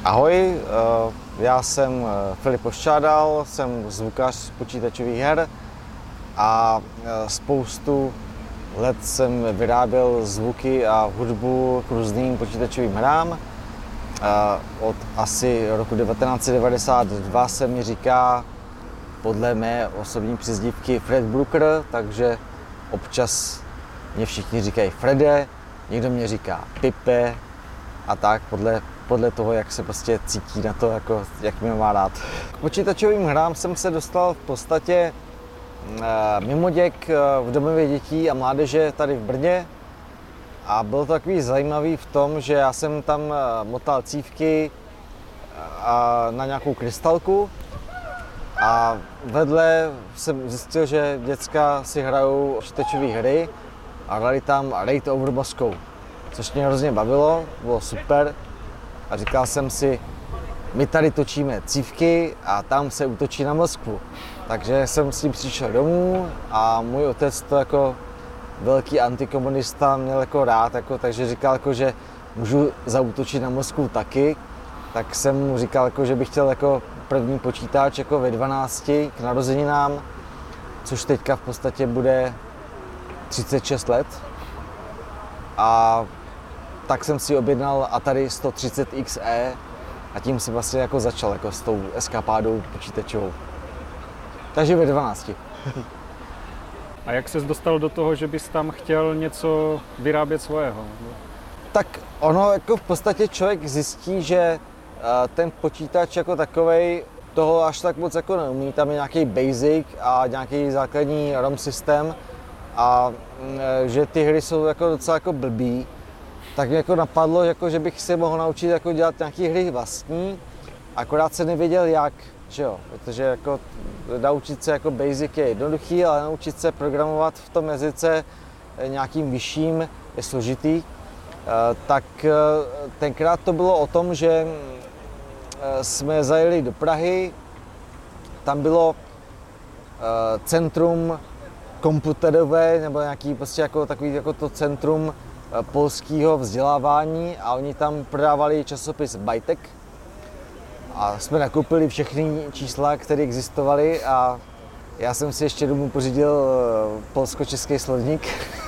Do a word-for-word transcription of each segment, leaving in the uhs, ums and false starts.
Ahoj, já jsem Filip Poščádal, jsem zvukař počítačových her a spoustu let jsem vyráběl zvuky a hudbu k různým počítačovým hrám. Od asi roku devatenáct set devadesát dva se mi říká podle mé osobní přezdívky Fred Brooker, takže občas mě všichni říkají Frede, někdo mě říká Pipe a tak podle, podle toho, jak se prostě cítí na to, jako, jak mě má rád. K počítačovým hrám jsem se dostal v podstatě mimo děk v domově dětí a mládeže tady v Brně a bylo to takový zajímavý v tom, že já jsem tam motal cívky na nějakou krystalku a vedle jsem zjistil, že děcka si hrajou počítačové hry a hrali tam Raid over Moscow, což mě hrozně bavilo, bylo super a říkal jsem si, my tady točíme cívky a tam se útočí na Moskvu. Takže jsem s tím přišel domů a můj otec to jako velký antikomunista měl jako rád, jako, takže říkal, jako, že můžu zaútočit na Moskvu taky. Tak jsem mu říkal, jako, že bych chtěl jako první počítač jako ve dvanácti k narozeninám, což teďka v podstatě bude třicet šest let. A tak jsem si objednal Atari sto třicet X E a tím jsem vlastně jako začal jako s tou eskapádou počítačovou. Takže ve dvanácti. A jak ses dostal do toho, že bys tam chtěl něco vyrábět svého? Tak ono jako v podstatě člověk zjistí, že ten počítač jako takovej toho až tak moc jako neumí. Tam je nějaký basic a nějaký základní ROM systém a že ty hry jsou jako docela jako blbý. Tak mě jako napadlo, jako, že bych se mohl naučit jako dělat nějaké hry vlastní, akorát se nevěděl jak, že jo, protože jako naučit se jako basic je jednoduchý, ale naučit se programovat v tom jazyce nějakým vyšším je složitý. Tak tenkrát to bylo o tom, že jsme zajeli do Prahy, tam bylo centrum komputerové nebo nějaký prostě jako takový jako to centrum polského vzdělávání a oni tam prodávali časopis Bajtek a jsme nakoupili všechny čísla, které existovaly a já jsem si ještě domů pořídil polsko-český slovník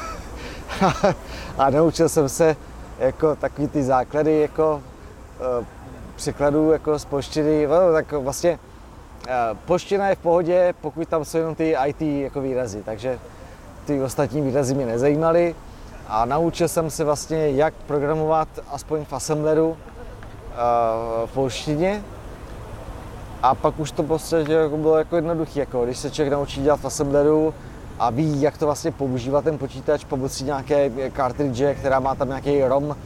a naučil jsem se jako takový ty základy jako překladů jako z polštiny, no, tak vlastně polština je v pohodě, pokud tam jsou jenom ty í té jako výrazy, takže ty ostatní výrazy mě nezajímaly. A naučil jsem se vlastně, jak programovat aspoň v assembleru uh, v polštině. A pak už to prostě jako bylo jako jednoduché, jako když se člověk naučí dělat v assembleru a ví, jak to vlastně používá ten počítač pomocí nějaké cartridge, která má tam nějaký ROM uh,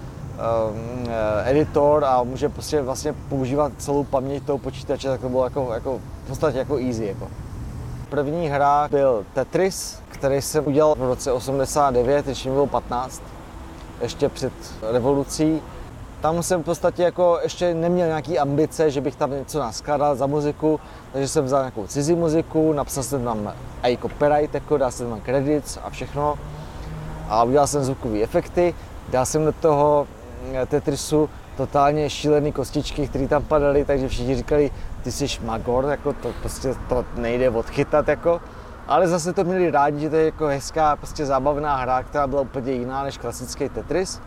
editor a může prostě vlastně používat celou paměť toho počítače, tak to bylo jako, jako v podstatě jako easy. Jako. První hra byl Tetris, který jsem udělal v roce osmdesát devět, když mi bylo patnáct, ještě před revolucí. Tam jsem v podstatě jako ještě neměl nějaký ambice, že bych tam něco naskládal za muziku, takže jsem vzal nějakou cizí muziku, napsal jsem tam i copyright, jako dal jsem tam credits a všechno a udělal jsem zvukové efekty, dal jsem do toho Tetrisu totálně šílený kostičky, které tam padaly, takže všichni říkali, ty jsi magor, jako to prostě to nejde odchytat, jako. Ale zase to měli rádi, že to je jako hezká, prostě zábavná hra, která byla úplně jiná než klasický Tetris.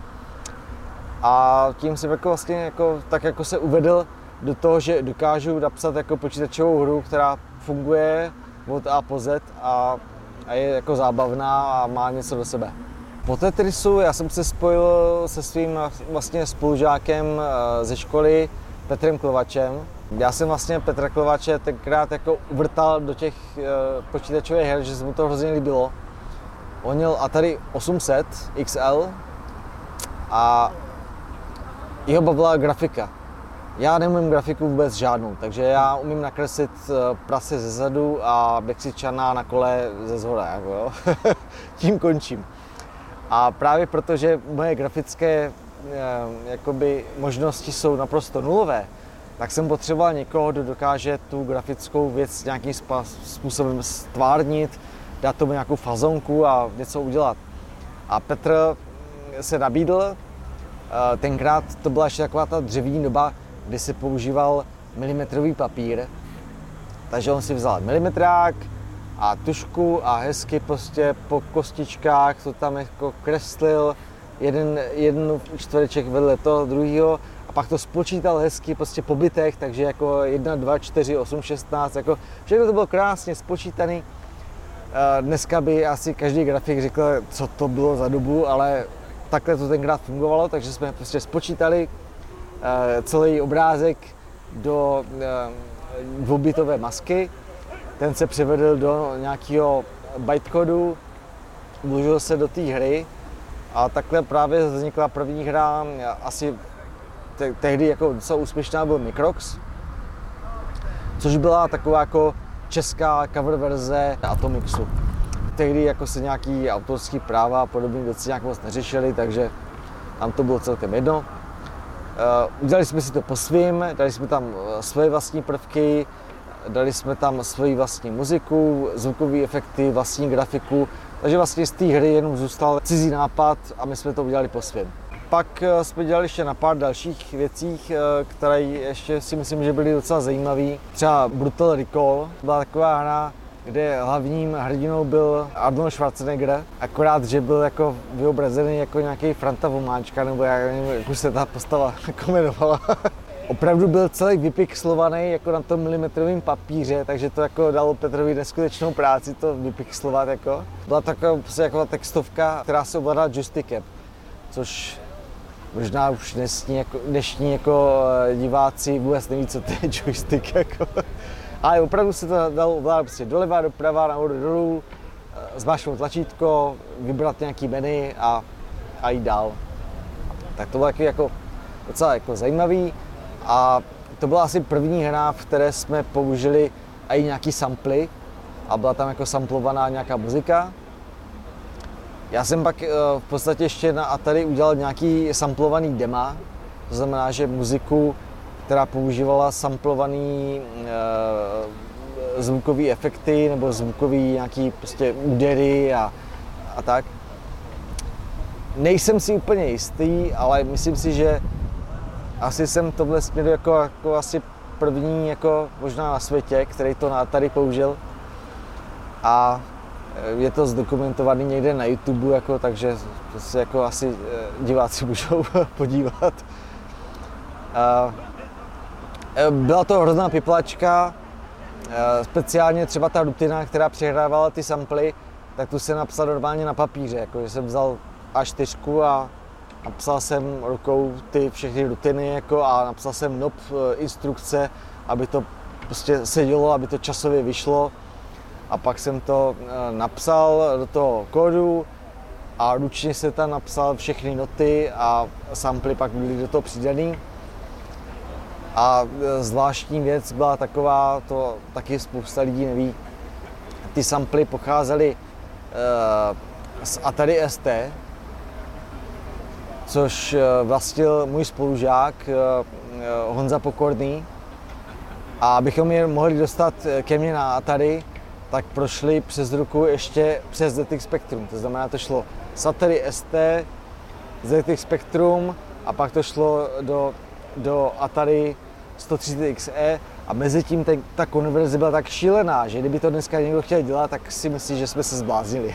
A tím jsem jako vlastně jako, tak jako se uvedl do toho, že dokážu napsat jako počítačovou hru, která funguje od A po Z a, a je jako zábavná a má něco do sebe. Po Tetrisu já jsem se spojil se svým vlastně spolužákem ze školy Petrem Klovačem. Já jsem vlastně Petra Klovače tenkrát jako uvrtal do těch počítačových her, že se mu to hrozně líbilo. On měl Atari osm set X L a jeho bavila grafika. Já neumím grafiku vůbec žádnou, takže já umím nakreslit prase ze zadu a Mexičana na kole ze zhora. Jako, jo. Tím končím. A právě protože moje grafické jakoby, možnosti jsou naprosto nulové, tak jsem potřeboval někoho, kdo dokáže tu grafickou věc nějakým způsobem stvárnit, dát tomu nějakou fazonku a něco udělat. A Petr se nabídl, tenkrát to byla ještě taková ta dřevění doba, kdy si používal milimetrový papír. Takže on si vzal milimetrák a tušku a hezky prostě po kostičkách to tam jako kreslil, jeden, jeden čtvereček vedle toho druhého a pak to spočítal hezky prostě po bitech, takže jako jedna, dva, čtyři, osm, šestnáct, jako všechno to bylo krásně spočítaný. Dneska by asi každý grafik řekl, co to bylo za dobu, ale takhle to tenkrát fungovalo, takže jsme prostě spočítali celý obrázek do dvoubitové masky. Ten se převedl do nějakého bytecodu, vložil se do té hry a takhle právě vznikla první hra, asi te- tehdy jako docela úspěšná byl Microx, což byla taková jako česká cover verze Atomixu. Tehdy jako se nějaký autorský práva a podobně věci nějak moc neřešily, takže nám to bylo celkem jedno. Uh, udělali jsme si to po svým, dali jsme tam svoje vlastní prvky, dali jsme tam svoji vlastní muziku, zvukové efekty, vlastní grafiku, takže vlastně z té hry jenom zůstal cizí nápad a my jsme to udělali po svým. Pak jsme dělali ještě na pár dalších věcích, které ještě si myslím, že byly docela zajímavé. Třeba Brutal Recall byla taková hra, kde hlavním hrdinou byl Arnold Schwarzenegger, akorát, že byl jako vyobrazený jako nějaký Franta Vomáčka, nebo já nevím, jak už se ta postava jmenovala. Opravdu byl celý vypixlovaný jako na tom milimetrovém papíře, takže to jako dalo Petrovi neskutečnou práci to vypixlovat. Jako. Byla taková prostě jako textovka, která se ovládala joystickem, což možná už dnešní jako, dnešní jako diváci vůbec neví, co to je joystick. Jako. Ale opravdu se to dalo ovládat prostě doleva, doprava, nahoru, dolů, zmáčknout tlačítko, vybrat nějaký menu a, a jít dál. Tak to bylo jako docela jako zajímavý. A to byla asi první hra, v které jsme použili i nějaký samply a byla tam jako samplovaná nějaká muzika. Já jsem pak v podstatě ještě na Atari udělal nějaký samplovaný dema, to znamená, že muziku, která používala samplovaný e, zvukové efekty nebo zvukový nějaký prostě údery a, a tak. Nejsem si úplně jistý, ale myslím si, že asi jsem tohle směru jako, jako asi první jako možná na světě, který to na Atari použil. A je to zdokumentovaný někde na YouTube, jako, takže to se jako asi diváci můžou podívat. Byla to hrozná piplačka, speciálně třeba ta rutina, která přehrávala ty samply, tak tu se napsal normálně na papíře, jako, že jsem vzal á čtyři a napsal jsem rukou ty všechny rutiny jako, a napsal jsem nop instrukce, aby to prostě sedělo, aby to časově vyšlo. A pak jsem to napsal do toho kódu a ručně se tam napsal všechny noty a samply pak byly do toho přidaný. A zvláštní věc byla taková, to taky spousta lidí neví, ty samply pocházely z Atari S T, což vlastnil můj spolužák Honza Pokorný. A abychom je mohli dostat ke mně na Atari, tak prošli přes ruku ještě přes Z X Spectrum. To znamená, to šlo z Atari S T, Z X Spectrum a pak to šlo do, do Atari sto třicet X E a mezi tím ten, ta konverze byla tak šílená, že kdyby to dneska někdo chtěl dělat, tak si myslí, že jsme se zbláznili.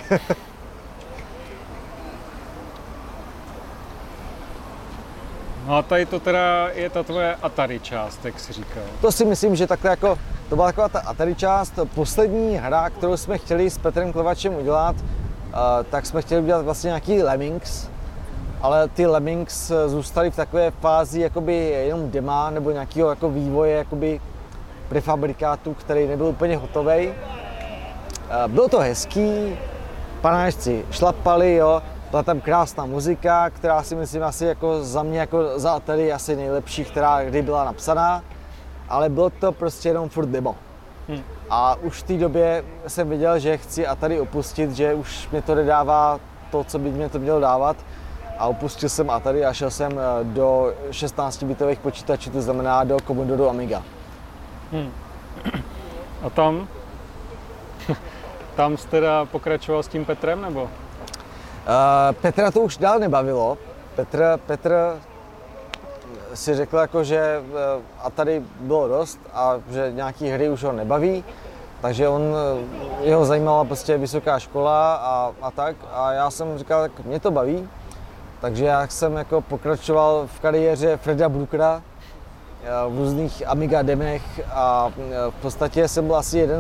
No a tady to teda je ta tvoje Atari část, jak jsi říkal. To si myslím, že takhle jako, to byla taková ta Atari část. Poslední hra, kterou jsme chtěli s Petrem Klovačem udělat, uh, tak jsme chtěli udělat vlastně nějaký Lemmings, ale ty Lemmings zůstaly v takové fázi jakoby jenom dema nebo nějakého jako vývoje jakoby prefabrikátu, který nebyl úplně hotovej. Uh, bylo to hezký, panáčci šlapali, jo. Byla tam krásná muzika, která si myslím asi jako za mě jako za Atari asi nejlepší, která kdy byla napsaná, ale bylo to prostě jenom furt demo. Hmm. A už v té době jsem věděl, že chci Atari opustit, že už mě to nedává to, co by mě to mělo dávat. A opustil jsem Atari a šel jsem do šestnáctibitových počítačů, to znamená do Commodore Amiga. Hmm. A tam? Tam jste teda pokračoval s tím Petrem, nebo? Uh, Petra to už dál nebavilo. Petr, Petr si řekl, jako, že a tady bylo dost a že nějaký hry už ho nebaví, takže on, jeho zajímala prostě vysoká škola a, a tak a já jsem říkal, tak mě to baví, takže já jsem jako pokračoval v kariéře Freda Brookera v různých Amiga demech a v podstatě jsem byl asi jeden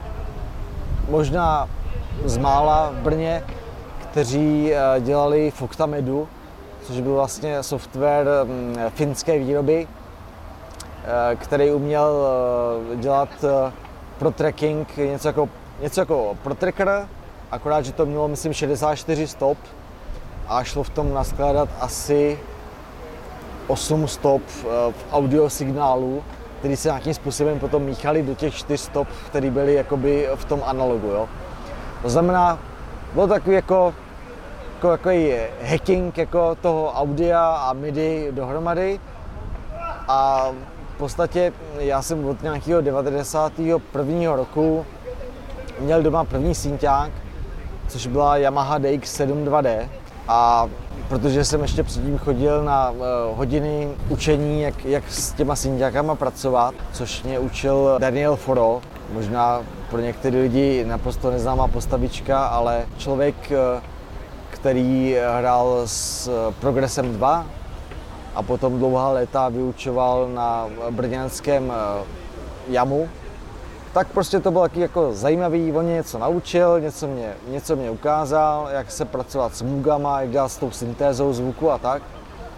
možná z mála v Brně, kteří dělali Foctamedu, což byl vlastně software finské výroby, který uměl dělat pro tracking něco jako, něco jako pro tracker, akorát, že to mělo, myslím, šedesát čtyři stop a šlo v tom naskládat asi osm stop v audio signálu, který se nějakým způsobem potom míchali do těch čtyř stop, které byly jakoby v tom analogu. Jo. To znamená, bylo takový jako, jako takový hacking jako toho audia a midi dohromady a v podstatě já jsem od nějakého devadesátého prvního roku měl doma první synťák, což byla Yamaha D X sedm dva D a protože jsem ještě předtím chodil na uh, hodiny učení, jak, jak s těma synťákama pracovat, což mě učil Daniel Foro, možná pro některé lidi naprosto neznámá postavička, ale člověk, uh, který hrál s Progressem dva a potom dlouhá léta vyučoval na brněnském uh, Jamu. Tak prostě to bylo taky jako zajímavý, on mě něco naučil, něco mě, něco mě ukázal, jak se pracovat s Moogama, jak dělat s tou syntézou zvuku a tak.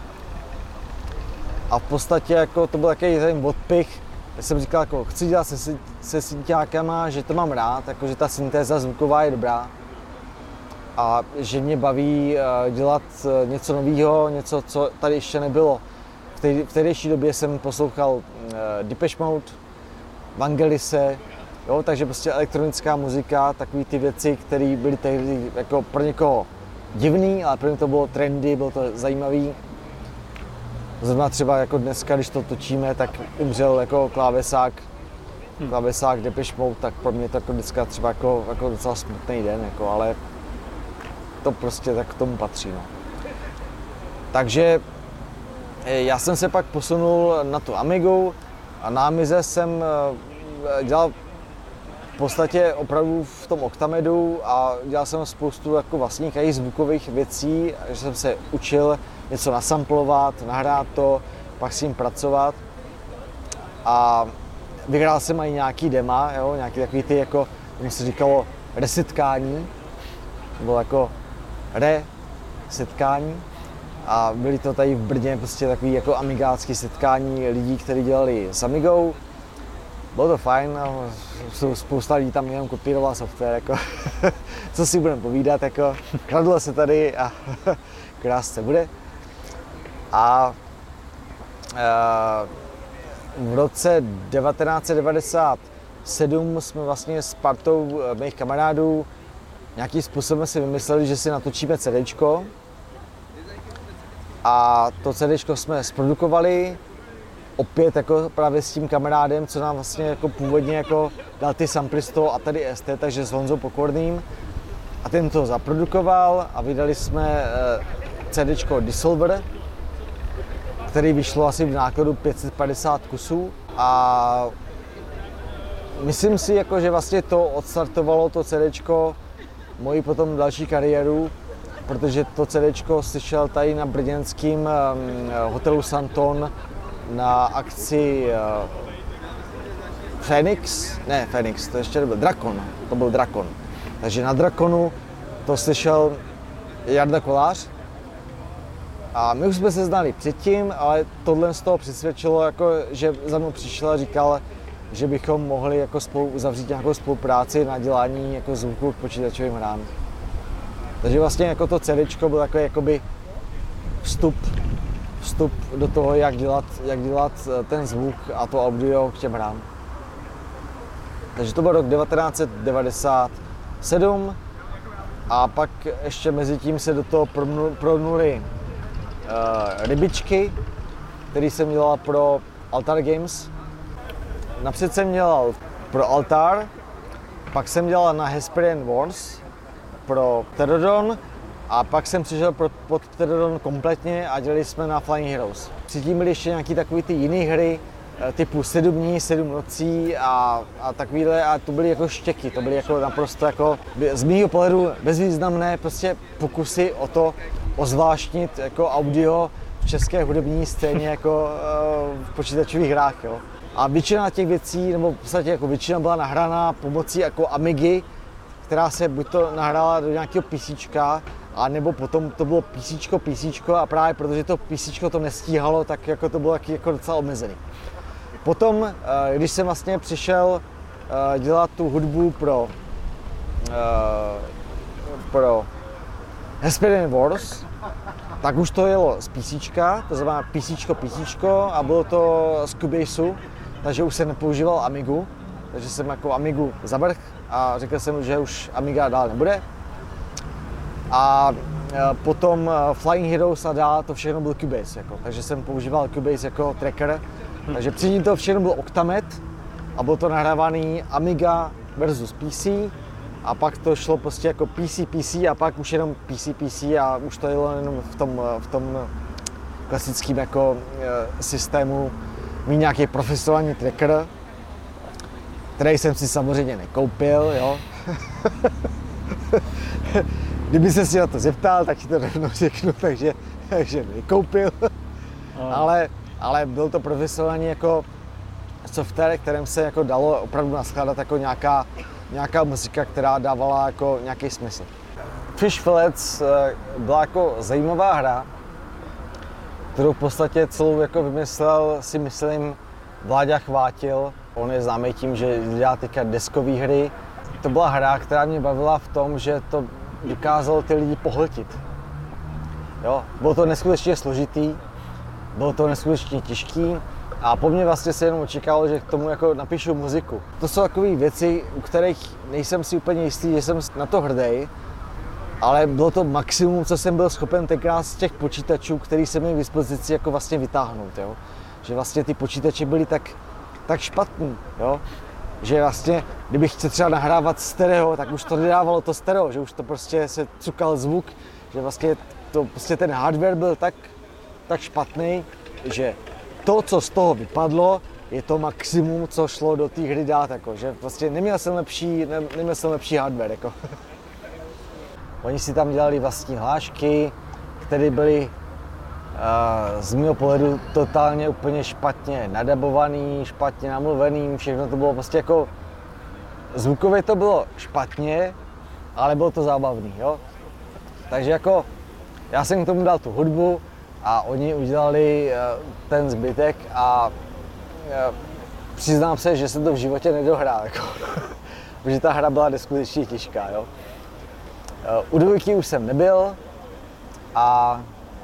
A v podstatě jako to byl takový ten odpich, já jsem říkal, jako chci dělat se, se synťákama, že to mám rád, jako že ta syntéza zvuková je dobrá. A že mě baví dělat něco nového, něco, co tady ještě nebylo. V, té, v tehdejší době jsem poslouchal Depeche Mode, Vangelise, jo, takže prostě elektronická muzika, takové ty věci, které byly tehdy jako pro někoho divný, ale pro mě to bylo trendy, bylo to zajímavý. Zrovna třeba jako dneska, když to točíme, tak umřel jako klávesák, hmm. klávesák Depeche Mode, tak pro mě to jako dneska třeba jako, jako docela smutný den, jako, ale to prostě tak k tomu patří. No. Takže já jsem se pak posunul na tu Amigu a na Amize jsem dělal v podstatě opravdu v tom Octamedu a dělal jsem spoustu jako vlastních i zvukových věcí, že jsem se učil něco nasamplovat, nahrát to, pak s tím pracovat a vyhrál jsem i nějaký dema, jo, nějaký takový ty jako, jak se říkalo, resetkání, to bylo jako re-setkání a byly to tady v Brně prostě takový jako amigácký setkání lidí, kteří dělali s Amigou. Bylo to fajn, spousta lidí tam jenom kopíroval software, jako co si budeme povídat, jako kradlo se tady a krásně bude. A v roce devatenáct set devadesát sedm jsme vlastně s partou mých kamarádů nějakým způsobem si vymysleli, že si natočíme CDčko. A to CDčko jsme zprodukovali, opět jako právě s tím kamarádem, co nám vlastně jako původně jako dal ty samply z toho Atari S T, takže s Honzou Pokorným. A ten to zaprodukoval a vydali jsme CDčko Dissolver, který vyšlo asi v nákladu pět set padesát kusů. A myslím si, jako, že vlastně to odstartovalo to CDčko moji potom další kariéru, protože to CDčko slyšel tady na brněnském um, hotelu Santon na akci uh, Phoenix, ne Phoenix, to ještě nebyl, Drakon, to byl Drakon. Takže na Drakonu to slyšel Jarda Kolář a my už jsme se znali předtím, ale tohle z toho přesvědčilo, jako, že za mnou přišel a říkal, že bychom mohli jako spolu uzavřít nějakou spolupráci na dělání jako zvuku k počítačovým hrám. Takže vlastně jako to CDčko byl takový jakoby vstup, vstup do toho, jak dělat, jak dělat ten zvuk a to audio k těm hrám. Takže to byl rok devatenáct set devadesát sedm a pak ještě mezi tím se do toho promnuly uh, rybičky, které jsem dělal pro Altar Games. Napřed jsem dělal pro Altar, pak jsem dělal na Hesperian Wars pro Pterodon A pak jsem přišel pod, pod Pterodon kompletně a dělali jsme na Flying Heroes. Předtím byly ještě nějaký takový ty jiné hry, typu sedm dní, sedm nocí a, a takovýhle, a to byly jako štěky, to byly jako naprosto jako, z mýho pohledu bezvýznamné prostě pokusy o to ozvláštnit jako audio v české hudební scéně jako v počítačových hrách, jo. A většina těch věcí, nebo v podstatě jako většina byla nahraná pomocí jako Amigy, která se buď to nahrála do nějakého PCčka, a nebo potom to bylo PCčko, PCčko a právě protože to PCčko to nestíhalo, tak jako to bylo taky jako docela omezený. Potom, když jsem vlastně přišel dělat tu hudbu pro, pro Hesperian Wars, tak už to jelo z PCčka, to znamená PCčko, PCčko a bylo to z Cubaseu, takže už jsem nepoužíval Amigu, takže jsem jako Amigu zavrhl a řekl jsem, že už Amiga dál nebude. A potom Flying Heroes a dál to všechno byl Cubase, jako, takže jsem používal Cubase jako tracker. Takže předtím to všechno byl Octamet a bylo to nahrávaný Amiga versus P C a pak to šlo prostě jako P C, P C a pak už jenom P C, P C a už to jelo jenom v tom, v tom klasickém jako systému mít nějaký profesionální tracker, který jsem si samozřejmě nekoupil, jo. Kdyby se si na to zeptal, tak ti to rovnou řeknu, takže, takže nekoupil, ale ale byl to profesionální jako software, kterým se jako dalo opravdu naskládat jako nějaká, nějaká muzika, která dávala jako nějaký smysl. Fish Fillets byla jako zajímavá hra, kterou v podstatě celou jako vymyslel, si myslím, Vláďa Chvátil. On je známý tím, že dělá teďka deskové hry. To byla hra, která mě bavila v tom, že to dokázalo ty lidi pohltit. Jo? Bylo to neskutečně složitý. Bylo to neskutečně těžký a po mně vlastně se jenom očekávalo, že k tomu jako napíšu muziku. To jsou takové věci, u kterých nejsem si úplně jistý, že jsem na to hrdý, ale bylo to maximum, co jsem byl schopen tenkrát z těch počítačů, který jsem měl k dispozici, jako vlastně vytáhnout. Jo? Že vlastně ty počítače byly tak, tak špatný, jo? Že vlastně, kdybych chtěl třeba nahrávat stereo, tak už to nedávalo to stereo, že už to prostě se cukal zvuk, že vlastně to, prostě ten hardware byl tak tak špatný, že to, co z toho vypadlo, je to maximum, co šlo do té hry dát, jako, že vlastně neměl jsem lepší, ne, neměl jsem lepší hardware, jako. Oni si tam dělali vlastní hlášky, které byly uh, z mého pohledu totálně úplně špatně nadabovaný, špatně namluvený, všechno to bylo prostě jako, zvukově to bylo špatně, ale bylo to zábavný, jo. Takže jako, já jsem k tomu dal tu hudbu, a oni udělali ten zbytek a přiznám se, že jsem to v životě nedohrál, jako. Protože ta hra byla neskutečně těžká. Jo. U dvojky už jsem nebyl a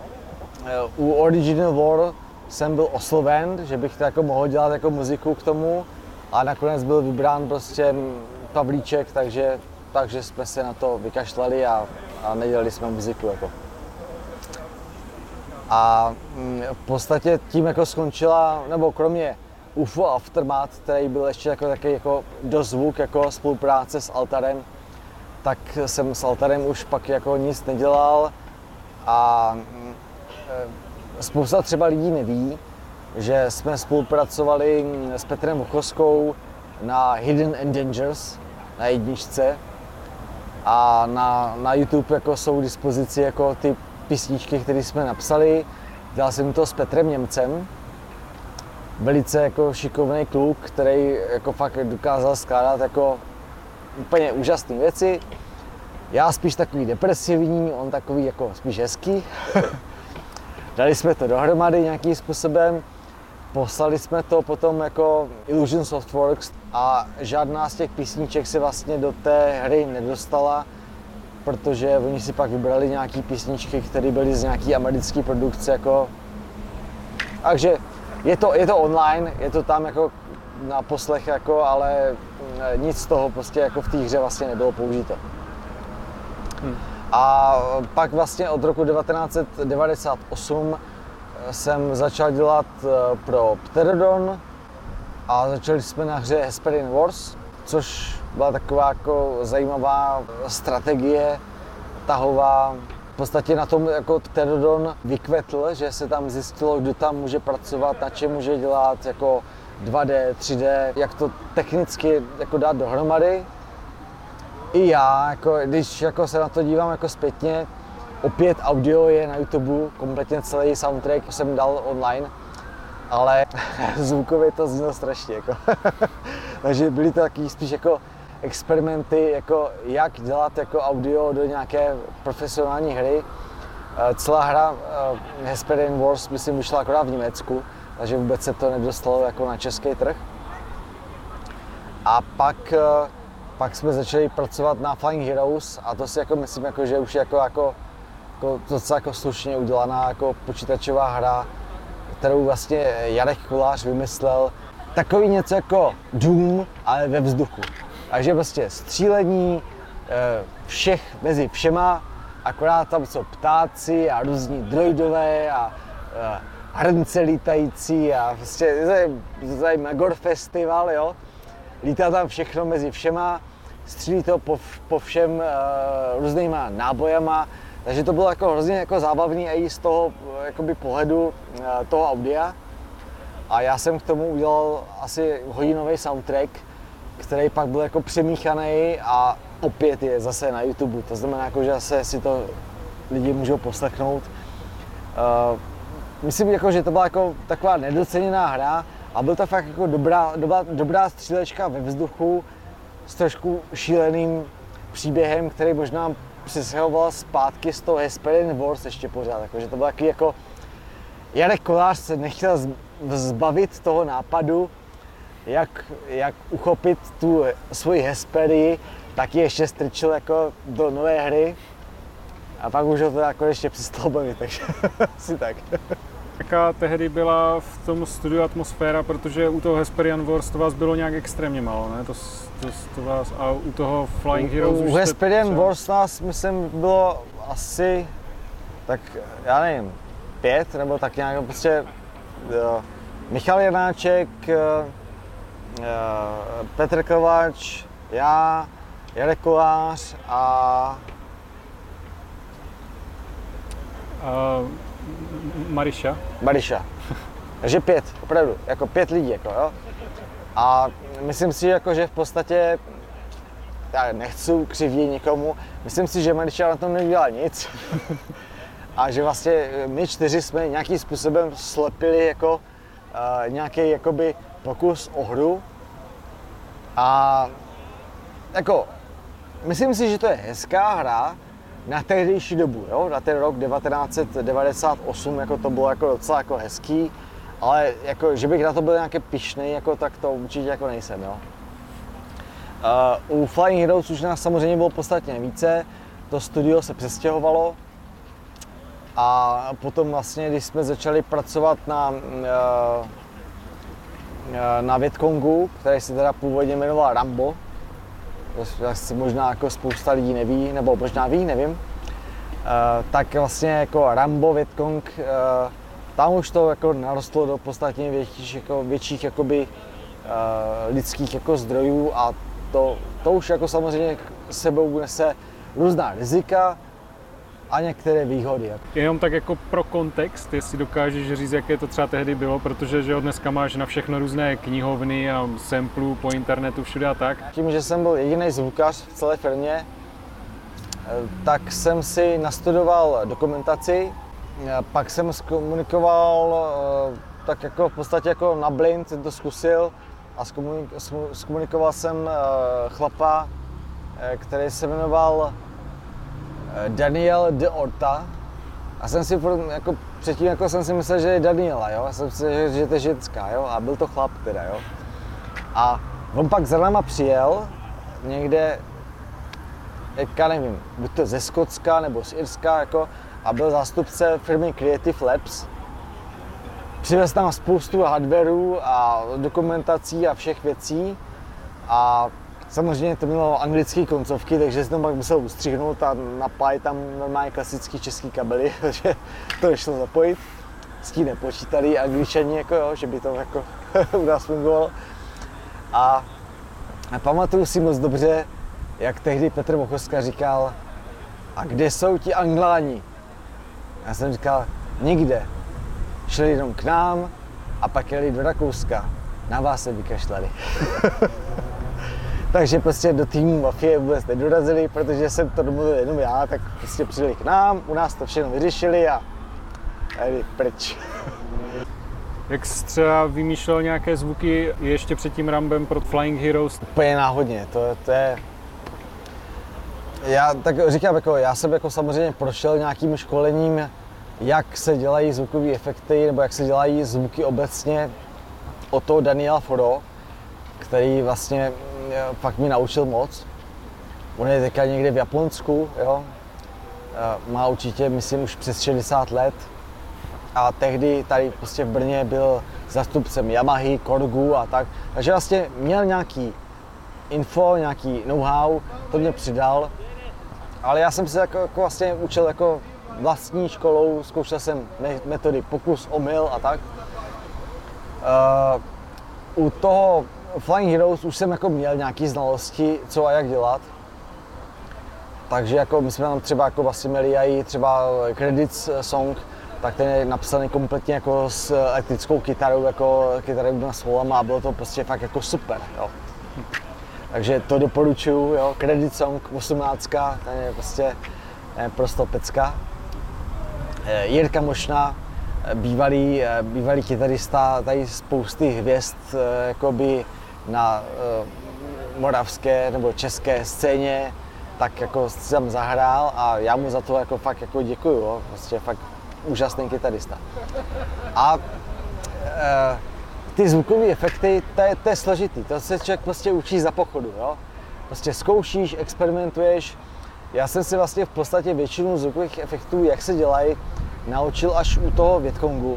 u Original War jsem byl osloven, že bych to jako mohl dělat jako muziku k tomu a nakonec byl vybrán prostě Pavlíček, takže, takže jsme se na to vykašlali a, a nedělali jsme muziku. Jako. A v podstatě tím jako skončila, nebo kromě U F O Aftermath, který byl ještě jako takový jako dozvuk jako spolupráce s Altarem, tak jsem s Altarem už pak jako nic nedělal a spousta třeba lidí neví, že jsme spolupracovali s Petrem Vochoskou na Hidden Endangers na jedničce a na, na YouTube jako jsou k dispozici jako ty písničky, které jsme napsali. Dělal jsem to s Petrem Němcem, velice jako šikovný kluk, který jako fakt dokázal skládat jako úplně úžasné věci. Já spíš takový depresivní, on takový jako spíš hezký. Dali jsme to dohromady nějakým způsobem, poslali jsme to potom jako Illusion Softworks a žádná z těch písniček se vlastně do té hry nedostala, protože oni si pak vybrali nějaký písničky, které byly z nějaký americké produkce, jako. Takže je to, je to online, je to tam jako na poslech, jako, ale nic z toho prostě jako v té hře vlastně nebylo použito. Hmm. A pak vlastně od roku devatenáct set devadesát osm jsem začal dělat pro Pterodon a začali jsme na hře Hesperian Wars, což byla taková jako zajímavá strategie, tahová, v podstatě na tom jako Pterodon vykvetl, že se tam zjistilo, kdo tam může pracovat, na čem může dělat, jako dva dé, tři dé, jak to technicky jako dát dohromady. I já, jako, když jako se na to dívám jako zpětně, opět audio je na YouTube, kompletně celý soundtrack jsem dal online, ale zvukově to znělo strašně. Jako. Takže byly to taky spíš jako experimenty, jako jak dělat jako audio do nějaké profesionální hry. Celá hra Hesperian Wars myslím vyšla akorát v Německu, takže vůbec se to nedostalo jako na český trh. A pak, pak jsme začali pracovat na Flying Heroes a to si jako myslím, jako, že už je jako, jako, jako docela jako slušně udělaná jako počítačová hra, kterou vlastně Jarek Kolář vymyslel. Takový něco jako Doom, ale ve vzduchu. Takže prostě střílení všech mezi všema, akorát tam jsou ptáci a různí droidové a hrnce lítající a prostě to je Magor festival, jo. Lítá tam všechno mezi všema, střílí to po, po všem uh, různýma nábojama, takže to bylo jako hrozně jako zábavný i z toho jakoby pohledu uh, toho audia. A já jsem k tomu udělal asi hodinový soundtrack, který pak byl jako přemíchaný a opět je zase na YouTube. To znamená, jako, že zase si to lidi můžou poslechnout. Uh, myslím, jako, že to byla jako taková nedoceněná hra a byl to fakt jako dobrá, dobrá, dobrá střílečka ve vzduchu s trošku šíleným příběhem, který možná přesahoval zpátky z toho Hesperian Wars ještě pořád. Jako, že to bylo takový jako Jarek Kolář se nechtěl zbavit toho nápadu, jak, jak uchopit tu svoji Hesperii, tak ji ještě strčil jako do nové hry a pak už ho to jako ještě přestalo bavit, takže asi tak. Jaká tehdy byla v tom studiu atmosféra, protože u toho Hesperian Wars to vás bylo nějak extrémně málo, ne? To, to, to vás, a u toho Flying Heroes u, už U Hesperian třeba... Wars nás, myslím, bylo asi, tak já nevím, pět, nebo tak nějak, prostě jo, Michal Janáček, Petr Kováč, já, Jarek Kolář a... Uh, Mariša. Mariša. Takže pět, opravdu, jako pět lidí, jako jo. A myslím si, jako, že v podstatě, já nechci křivdit nikomu, myslím si, že Mariša na tom nedělal nic. A že vlastně my čtyři jsme nějakým způsobem slepili jako uh, nějaký jakoby pokus o hru. A jako, myslím si, že to je hezká hra na tehdejší dobu, jo? Na ten rok devatenáct set devadesát osm, jako to bylo jako docela jako hezký, ale jako, že bych na to byl nějaký pyšnej, jako, tak to určitě jako nejsem, jo? Uh, u Flying Heroes už nás samozřejmě bylo podstatně více, to studio se přestěhovalo a potom vlastně, když jsme začali pracovat na, uh, na Vietcongu, který se teda původně jmenoval Rambo, to asi možná jako spousta lidí neví, nebo možná ví, nevím, uh, tak vlastně jako Rambo, Vietcong, uh, tam už to jako narostlo do podstatně větších, jako, větších jakoby, uh, lidských jako zdrojů a to, to už jako samozřejmě sebou nese různá rizika a některé výhody. Jenom tak jako pro kontext, jestli dokážeš říct, jaké to třeba tehdy bylo, protože že dneska máš na všechno různé knihovny a samplů po internetu všude a tak. Tím, že jsem byl jediný zvukař v celé firmě, tak jsem si nastudoval dokumentaci, pak jsem zkomunikoval, tak jako v podstatě jako na blind jsem to zkusil a zkomunikoval jsem chlapa, který se jmenoval Daniel de Orta. A jsem si jako, předtím jako jsem si myslel, že je Daniela, jo? Já jsem si myslel, že to je ženská, jo? A byl to chlap teda, jo? A on pak za náma přijel někde, já nevím, buď to ze Skotska nebo z Irska, jako, a byl zástupce firmy Creative Labs. Přivez tam spoustu hardwarů a dokumentací a všech věcí. A samozřejmě to mělo anglické koncovky, takže jsem to pak musel ustřihnout a napájet tam normálně klasický český kabely, takže to nešlo zapojit. S tím nepočítali Angličani, jako jo, že by to jako u nás fungovalo. A, a pamatuju si moc dobře, jak tehdy Petr Vochoska říkal, a kde jsou ti Angláni? Já jsem říkal, nikde. Šli jenom k nám a pak jeli do Rakouska. Na vás se vykašlali. Takže prostě do týmu Mafie vůbec nedorazili, protože jsem to domluvil jenom já, tak prostě přijeli k nám, u nás to všechno vyřešili a jeli pryč. Jak jsi třeba vymýšlel nějaké zvuky ještě před tím Rambem pro Flying Heroes? Úplně náhodně, to, to je... Já tak říkám, jako, já jsem jako samozřejmě prošel nějakým školením, jak se dělají zvukové efekty, nebo jak se dělají zvuky obecně od toho Daniela Foro, který vlastně fakt mi naučil moc. On je teďka někde v Japonsku, jo. Má určitě, myslím, už přes šedesát let. A tehdy tady prostě v Brně byl zástupcem Yamahy, Korgu a tak. Takže vlastně měl nějaký info, nějaký know-how, to mě přidal. Ale já jsem se jako, jako vlastně učil jako vlastní školou, zkoušel jsem metody pokus, omyl a tak. Uh, u toho Flying Heroes už jsem jako měl nějaké znalosti, co a jak dělat. Takže jako my jsme tam třeba jako vlastně měli i třeba Credits song, tak ten je napsaný kompletně jako s elektrickou kytarou, jako kytarou s volama a bylo to prostě fakt jako super, jo. Takže to doporučuju, jo, Credit song osmnáct, ten je prostě je prostě pecka. Jirka Mošna, bývalý, bývalý kytarista, tady spousty hvězd jakoby na moravské nebo české scéně, tak jako jsem zahrál a já mu za to jako fakt jako děkuju, jo. Prostě fakt úžasný kytarista. A e, ty zvukové efekty, to je, to je složitý, to se člověk prostě učí za pochodu, jo. Prostě zkoušíš, experimentuješ. Já jsem si vlastně v podstatě většinu zvukových efektů, jak se dělají, naučil až u toho Vietcongu.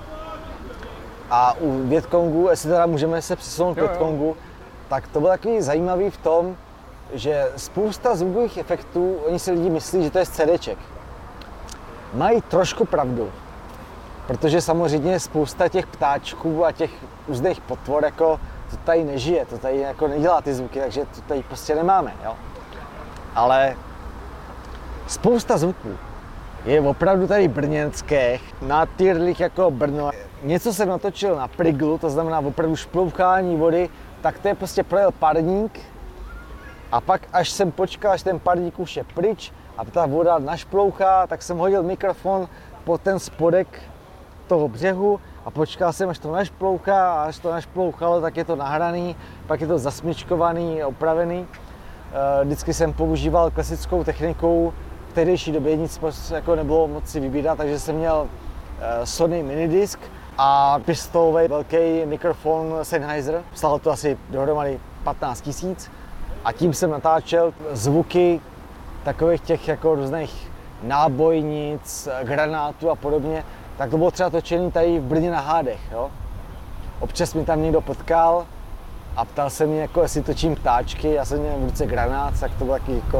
A u Vietcongu, jestli teda můžeme se přesunout k Vietcongu, tak to bylo takový zajímavý v tom, že spousta zvukových efektů, oni si lidi myslí, že to je z CDček. Mají trošku pravdu, protože samozřejmě spousta těch ptáčků a těch různých potvor jako to tady nežije, to tady jako nedělá ty zvuky, takže to tady prostě nemáme, jo. Ale spousta zvuků je opravdu tady brněnských, natýrlých jako Brno. Něco jsem natočil na priglu, to znamená opravdu šplouchání vody, tak to je prostě projel parník a pak až jsem počkal, až ten parník už je pryč a ta voda našplouchá, tak jsem hodil mikrofon po ten spodek toho břehu a počkal jsem, až to našplouchá a až to našplouchalo, tak je to nahraný, pak je to zasmičkovaný, opravený. Vždycky jsem používal klasickou techniku, v tehdejší době nic jako nebylo moc si vybírat, takže jsem měl Sony minidisk a pistolový velký mikrofon Sennheiser. Stálo to asi dohromady patnáct tisíc a tím jsem natáčel zvuky takových těch jako různých nábojnic, granátů a podobně. Tak to bylo třeba točený tady v Brně na Hádech, jo. Občas mi tam někdo potkal a ptal se mě, jako, jestli točím ptáčky, já jsem měl v ruce granát, tak to bylo taky jako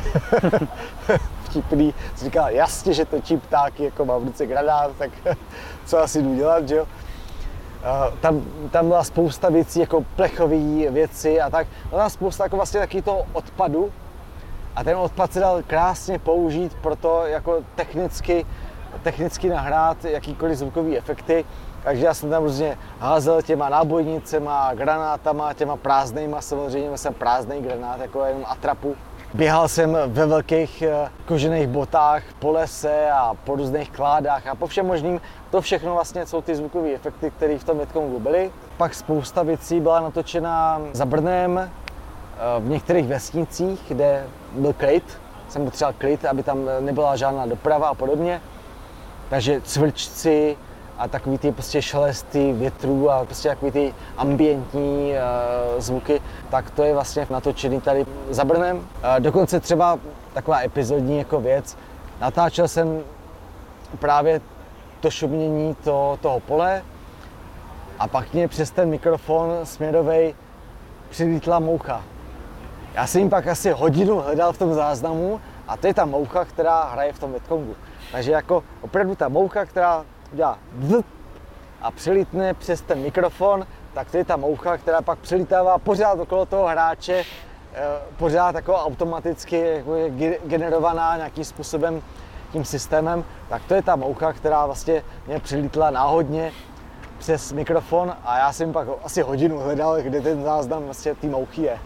vtipný. Jsem říkal, jasně, že točím ptáky, jako mám v ruce granát, tak co asi jdu dělat, že jo. Uh, tam, tam byla spousta věcí, jako plechové věci a tak. No tam spousta jako vlastně taky toho odpadu a ten odpad se dal krásně použít pro to, jako technicky, technicky nahrát jakýkoliv zvukový efekty. Takže já jsem tam různě házel těma nábojnicema, granátama, těma prázdnejma, samozřejmě jsem prázdnej granát, jako jenom atrapu. Běhal jsem ve velkých kožených botách po lese a po různých kládách a po všem možným. To všechno vlastně jsou ty zvukové efekty, které v tom Vietcongu byly. Pak spousta věcí byla natočena za Brnem, v některých vesnicích, kde byl klid. Jsem potřeboval klid, aby tam nebyla žádná doprava a podobně. Takže cvrčci a takový ty prostě šelesty větrů a prostě takový ty ambientní uh, zvuky, tak to je vlastně natočený tady za Brnem. Uh, dokonce třeba taková epizodní jako věc, natáčel jsem právě to šumění to, toho pole a pak mě přes ten mikrofon směrovej přilítla moucha. Já jsem jim pak asi hodinu hledal v tom záznamu a to je ta moucha, která hraje v tom Vietcongu. Takže jako opravdu ta moucha, která udělá vzd a přilítne přes ten mikrofon, tak to je ta moucha, která pak přilítává pořád okolo toho hráče pořád jako automaticky jako je generovaná nějakým způsobem tím systémem, tak to je ta moucha, která vlastně mě přilítla náhodně přes mikrofon a já jsem pak asi hodinu hledal, kde ten záznam vlastně té mouchy je.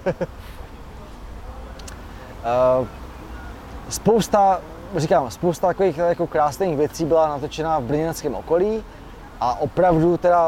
Spousta, říkám, spousta takových jako krásných věcí byla natočena v brněnském okolí a opravdu teda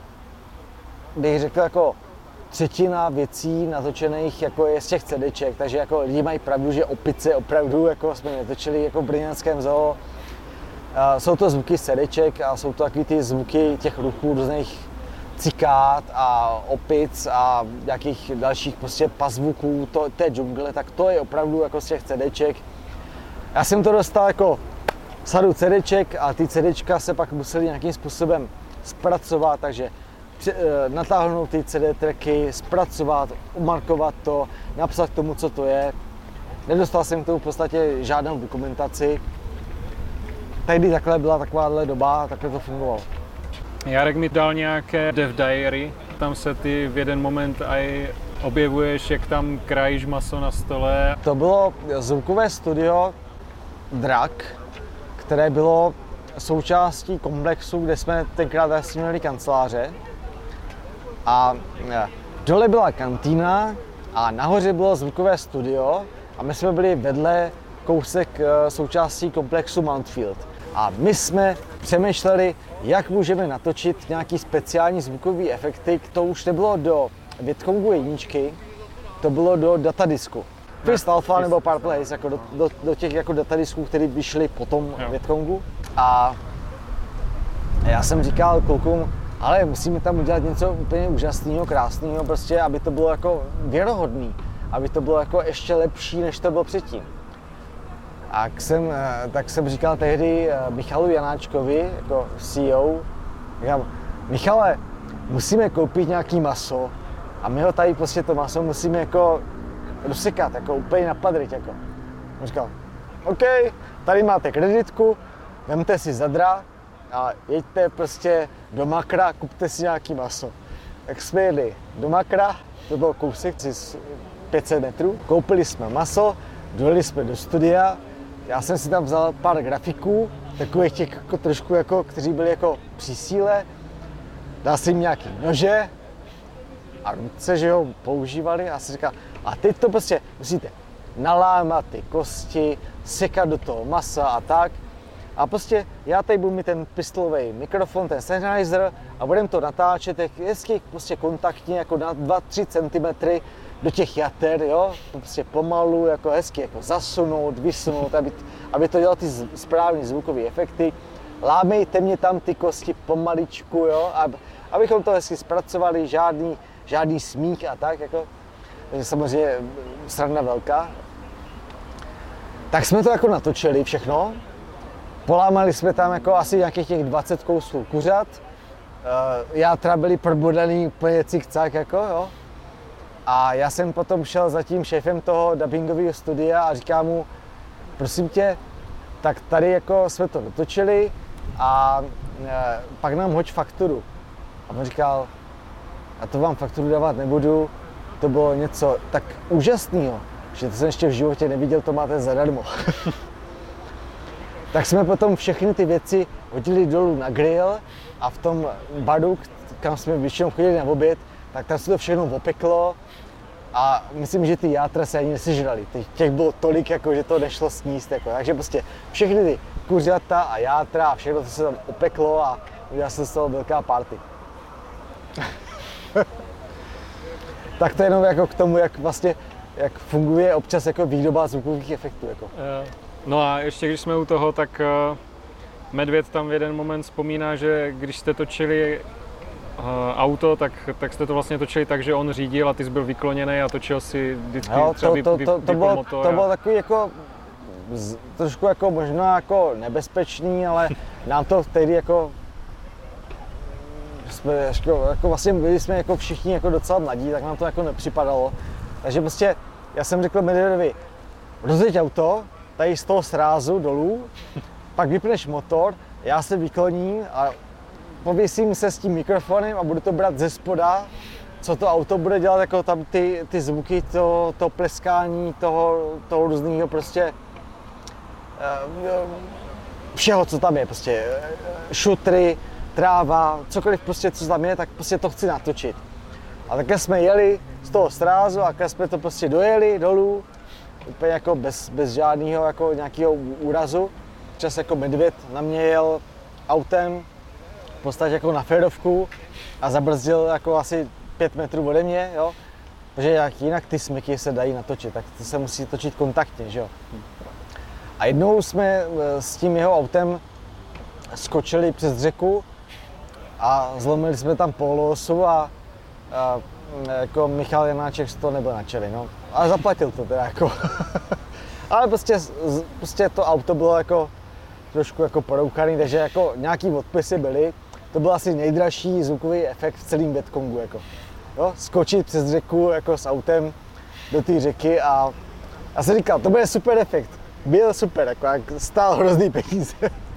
bych řekl jako třetina věcí natočených jako je z těch CDček, takže jako lidi mají pravdu, že opice opravdu jako jsme natočili jako v brněnském zoo. Jsou to zvuky z CDček a jsou to takový ty zvuky těch ruchů různých cikád a opic a nějakých dalších prostě pazvuků to, té džungle, tak to je opravdu jako z těch CDček. Já jsem to dostal jako sadu CDček a ty CDčka se pak museli nějakým způsobem zpracovat, takže natáhnout ty C D tracky, zpracovat, umarkovat to, napsat k tomu, co to je. Nedostal jsem k tomu v podstatě žádnou dokumentaci. Tehdy takhle byla takováhle doba a takhle to fungovalo. Jarek mi dal nějaké dev diary, tam se ty v jeden moment aj objevuješ, jak tam krajíš maso na stole. To bylo zvukové studio Drak, které bylo součástí komplexu, kde jsme tenkrát vlastně měli kanceláře. A dole byla kantýna a nahoře bylo zvukové studio a my jsme byli vedle kousek součástí komplexu Mountfield. A my jsme přemýšleli, jak můžeme natočit nějaký speciální zvukový efekty. To už nebylo do Vietcongu jedničky, to bylo do datadisku. Fist Alpha nebo Purple Haze, jako do, do, do těch jako datadisků, které vyšly potom Vietcongu. A já jsem říkal klukům, ale musíme tam udělat něco úplně úžasného, krásného, prostě, aby to bylo jako věrohodný, aby to bylo jako ještě lepší, než to bylo předtím. A jsem, tak jsem říkal tehdy Michalu Janáčkovi, jako C E O, říkám, Michale, musíme koupit nějaký maso a my ho tady prostě to maso musíme jako rozsekat, jako úplně na padryť, jako. On říkal, OK, tady máte kreditku, vemte si zadra a jeďte prostě do Makra, kupte si nějaký maso. Tak jsme jeli do Makra, to byl kousek z pět set metrů, koupili jsme maso, dojeli jsme do studia, já jsem si tam vzal pár grafiků, takových těch jako trošku jako, kteří byli jako při síle, dal jsem jim nějaký nože a ruce, že ho používali a si říkal, a teď to prostě musíte nalámat ty kosti, sekat do toho masa a tak. A prostě já tady budu mít ten pistolový mikrofon, ten Sennheiser a budeme to natáčet hezky prostě kontaktně jako na dva tři centimetry do těch jater, jo, prostě pomalu, jako hezky jako zasunout, vysunout, aby, aby to dělalo ty správné zvukové efekty. Lámejte mě tam ty kosti pomaličku, jo, ab, abychom to hezky zpracovali, žádný, žádný smích a tak, jako. Takže samozřejmě sranda velká. Tak jsme to jako natočili všechno. Polámali jsme tam jako asi nějakých těch dvacet kousů kuřat. Játra byly probodaný úplně cik-cak, jako, jo. A já jsem potom šel za tím šéfem toho dubbingového studia a říkám mu, prosím tě, tak tady jako jsme to dotočili a e, pak nám hoď fakturu. A on říkal, a to vám fakturu dávat nebudu, to bylo něco tak úžasného, že to jsem ještě v životě neviděl, to máte zadarmo. Tak jsme potom všechny ty věci hodili dolů na grill a v tom baru, kam jsme většinou chodili na oběd, tak tam se to všechno opeklo a myslím, že ty játra se ani nesežrali. Těch bylo tolik, jako, že to nešlo sníst. Jako. Takže prostě všechny ty kuřata a játra a všechno to se tam opeklo a udělala se z toho velká party. Tak to jenom jako k tomu, jak vlastně jak funguje občas jako výroba zvukových efektů. Jako. No a ještě když jsme u toho, tak Medvěd tam v jeden moment vzpomíná, že když jste točili auto, tak, tak jste to vlastně točili tak, že on řídil a ty jsi byl vykloněný a točil si vždycky jo, třeba to, to, vy, to, vy, to, bylo, motor. To bylo takový jako z, trošku jako možná jako nebezpečný, ale nám to tehdy jako jsme jako, jako vlastně byli jsme jako všichni jako docela mladí, tak nám to jako nepřipadalo. Takže prostě já jsem řekl Medvědovi, rozjeď auto, tady z toho srázu dolů, pak vypneš motor, já se vykloním a pověsím se s tím mikrofonem a budu to brát ze spoda co to auto bude dělat, jako tam ty, ty zvuky, to, to pleskání, toho, toho různýho prostě všeho, co tam je, prostě šutry, tráva, cokoliv prostě, co tam je, tak prostě to chci natočit. A takhle jsme jeli z toho srázu a takhle jsme to prostě dojeli dolů, úplně jako bez, bez žádného jako nějakého úrazu. Čas jako medvěd na mě jel autem, v podstatě jako na férovku a zabrzdil jako asi pět metrů ode mě, jo. Protože jak jinak ty smyky se dají natočit, tak to se musí točit kontaktně, že jo. A jednou jsme s tím jeho autem skočili přes řeku a zlomili jsme tam poloosu a, a jako Michal Janáček z toho nebyl nadšený, no. Ale zaplatil to teda jako. Ale prostě, prostě to auto bylo jako trošku jako porouchaný, takže jako nějaký odpisy byly. To byl asi nejdražší zvukový efekt v celém Vietkongu, jako. Jo, skočit přes řeku jako s autem do té řeky a já jsem říkal, to bude super efekt. Byl super, jako stál hrozný peníze.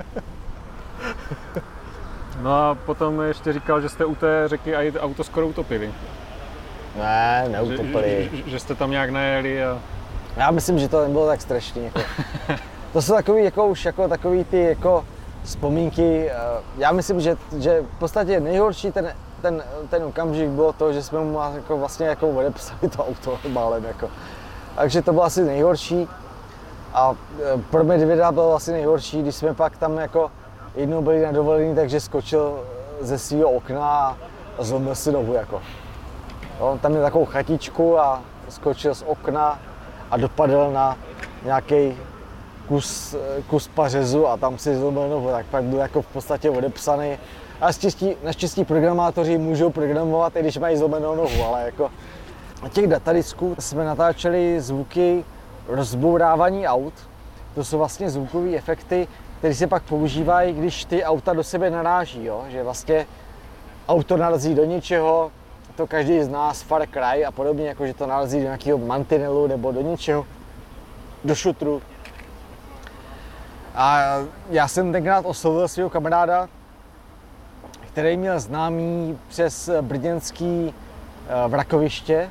No a potom ještě říkal, že jste u té řeky a auto skoro utopili. Ne, neutopili. Že, že, že jste tam nějak najeli a... Já myslím, že to nebylo tak strašný. Jako. To jsou takový, jako, už jako takový ty jako vzpomínky. Já myslím, že, že v podstatě nejhorší ten, ten, ten okamžik bylo to, že jsme mu jako vlastně jako odepsali to auto málem. Jako. Takže to bylo asi nejhorší. A pro medvěda bylo asi nejhorší, když jsme pak tam jako jednou byli na dovolení, takže skočil ze svého okna a zlomil si nohu. Jako. Jo, tam měl takovou chatičku a skočil z okna a dopadl na nějaký kus, kus pařezu a tam si zlomil nohu, tak pak byl jako v podstatě odepsaný. A naštěstí, naštěstí programátoři můžou programovat, i když mají zlomenou nohu, ale jako na těch datadisků jsme natáčeli zvuky rozbourávání aut. To jsou vlastně zvukové efekty, které se pak používají, když ty auta do sebe naráží, jo? Že vlastně auto narazí do něčeho, to každý z nás, Far Cry a podobně, jako že to narazí do nějakého mantinelu nebo do něčeho, do šutru. A já jsem tenkrát oslovil svého kamaráda, který měl známý přes brněnský vrakoviště,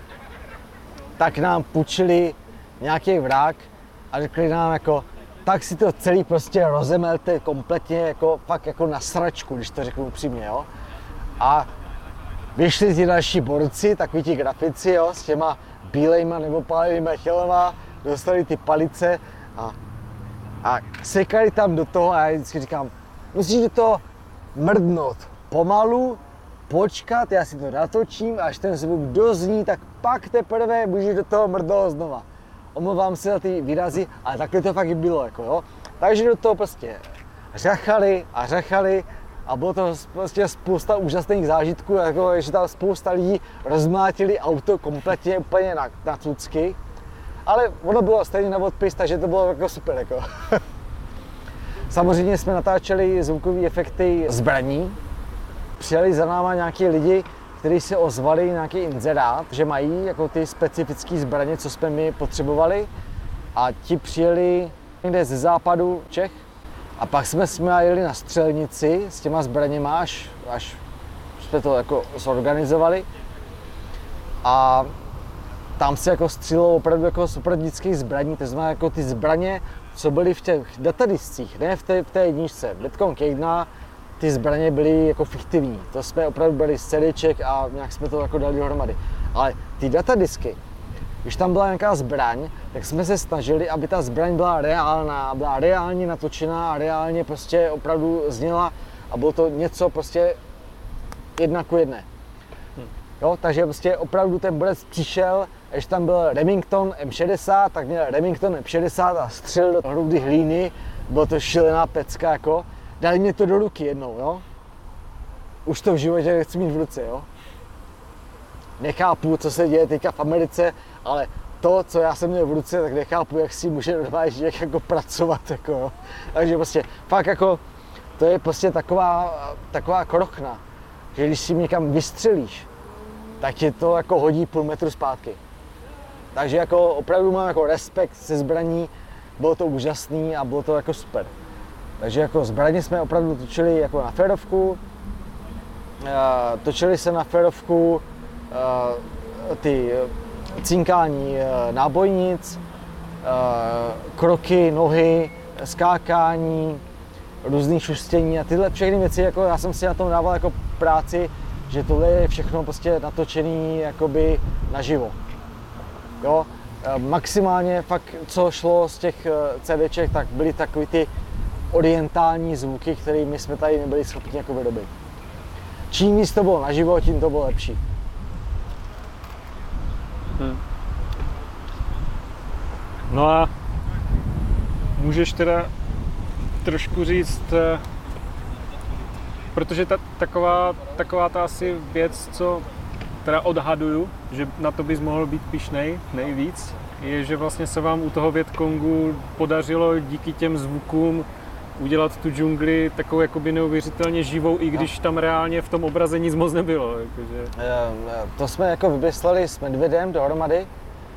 tak nám půjčili nějaký vrak a řekli nám jako, tak si to celý prostě rozemelte kompletně jako fakt jako na sračku, když to řeknu upřímně, jo. A vyšli ti další borci, takový ti grafici, jo, s těma bílejma nebo pálivýma tělema, dostali ty palice a, a sekali tam do toho a já vždycky říkám, musíš do toho mrdnout pomalu, počkat, já si to natočím, až ten zvuk dozní, tak pak teprve můžeš do toho mrdnout znova. Omlouvám se za ty výrazy, ale takhle to fakt i bylo, jako jo. Takže do toho prostě řachali a řachali a bylo to prostě spousta úžasných zážitků, jako že tam spousta lidí rozmlátili auto kompletně úplně na, na cucky. Ale ono bylo stejně na odpis, takže to bylo jako super, jako. Samozřejmě jsme natáčeli zvukové efekty zbraní. Přijeli za náma nějaký lidi, kteří se ozvali nějaký inzerát, že mají jako ty specifické zbraně, co jsme my potřebovali. A ti přijeli někde ze západu Čech. A pak jsme s nimi jeli na střelnici s těma zbraněma, až, až jsme to jako zorganizovali. A tam se jako střílelo opravdu jako z opravdických zbraní, to znamená jako ty zbraně, co byly v těch datadiscích, ne v té, v té jedničce. Vietcong jedna, ty zbraně byly jako fiktivní, to jsme opravdu byli z CDček a nějak jsme to jako dali dohromady. Ale ty datadisky, když tam byla nějaká zbraň, tak jsme se snažili, aby ta zbraň byla reálná, byla reálně natočená a reálně prostě opravdu zněla a bylo to něco prostě jedna ku jedné. Jo, takže prostě opravdu ten borec přišel, když tam byl Remington M šedesát, tak měl Remington M šedesát a střelil do hrudy hlíny, bylo to šílená pecka jako. Dali mě to do ruky jednou, jo. Už to v životě nechci mít v ruce, jo. Nechápu, co se děje teďka v Americe, ale to, co já jsem měl v ruce, tak nechápu, jak si může normálně člověk jako pracovat, jako jo. Takže prostě fakt jako, to je prostě taková, taková krochna, že když si někam vystřelíš, tak tě to jako hodí půl metru zpátky. Takže jako opravdu mám jako respekt se zbraní, bylo to úžasný a bylo to jako super. Takže jako zbraně jsme opravdu točili jako na férovku, točili se na férovku ty cinkání nábojnic, kroky, nohy, skákání, různý šustění a tyhle všechny věci, jako já jsem si na tom dával jako práci, že tohle je všechno prostě natočený jakoby naživo. Jo? Maximálně fakt, co šlo z těch CDček, tak byly takový ty orientální zvuky, které my jsme tady nebyli schopni jako vyrobit. Čím víc to bylo naživo, tím to bylo lepší. Hmm. No a můžeš teda trošku říct, protože ta, taková, taková ta asi věc, co teda odhaduju, že na to bys mohl být pyšnej nejvíc, je, že vlastně se vám u toho Vietcongu podařilo díky těm zvukům udělat tu džungli takovou jakoby neuvěřitelně živou, i když tam reálně v tom obraze nic moc nebylo. Jakože. To jsme jako vymysleli s medvědem dohromady.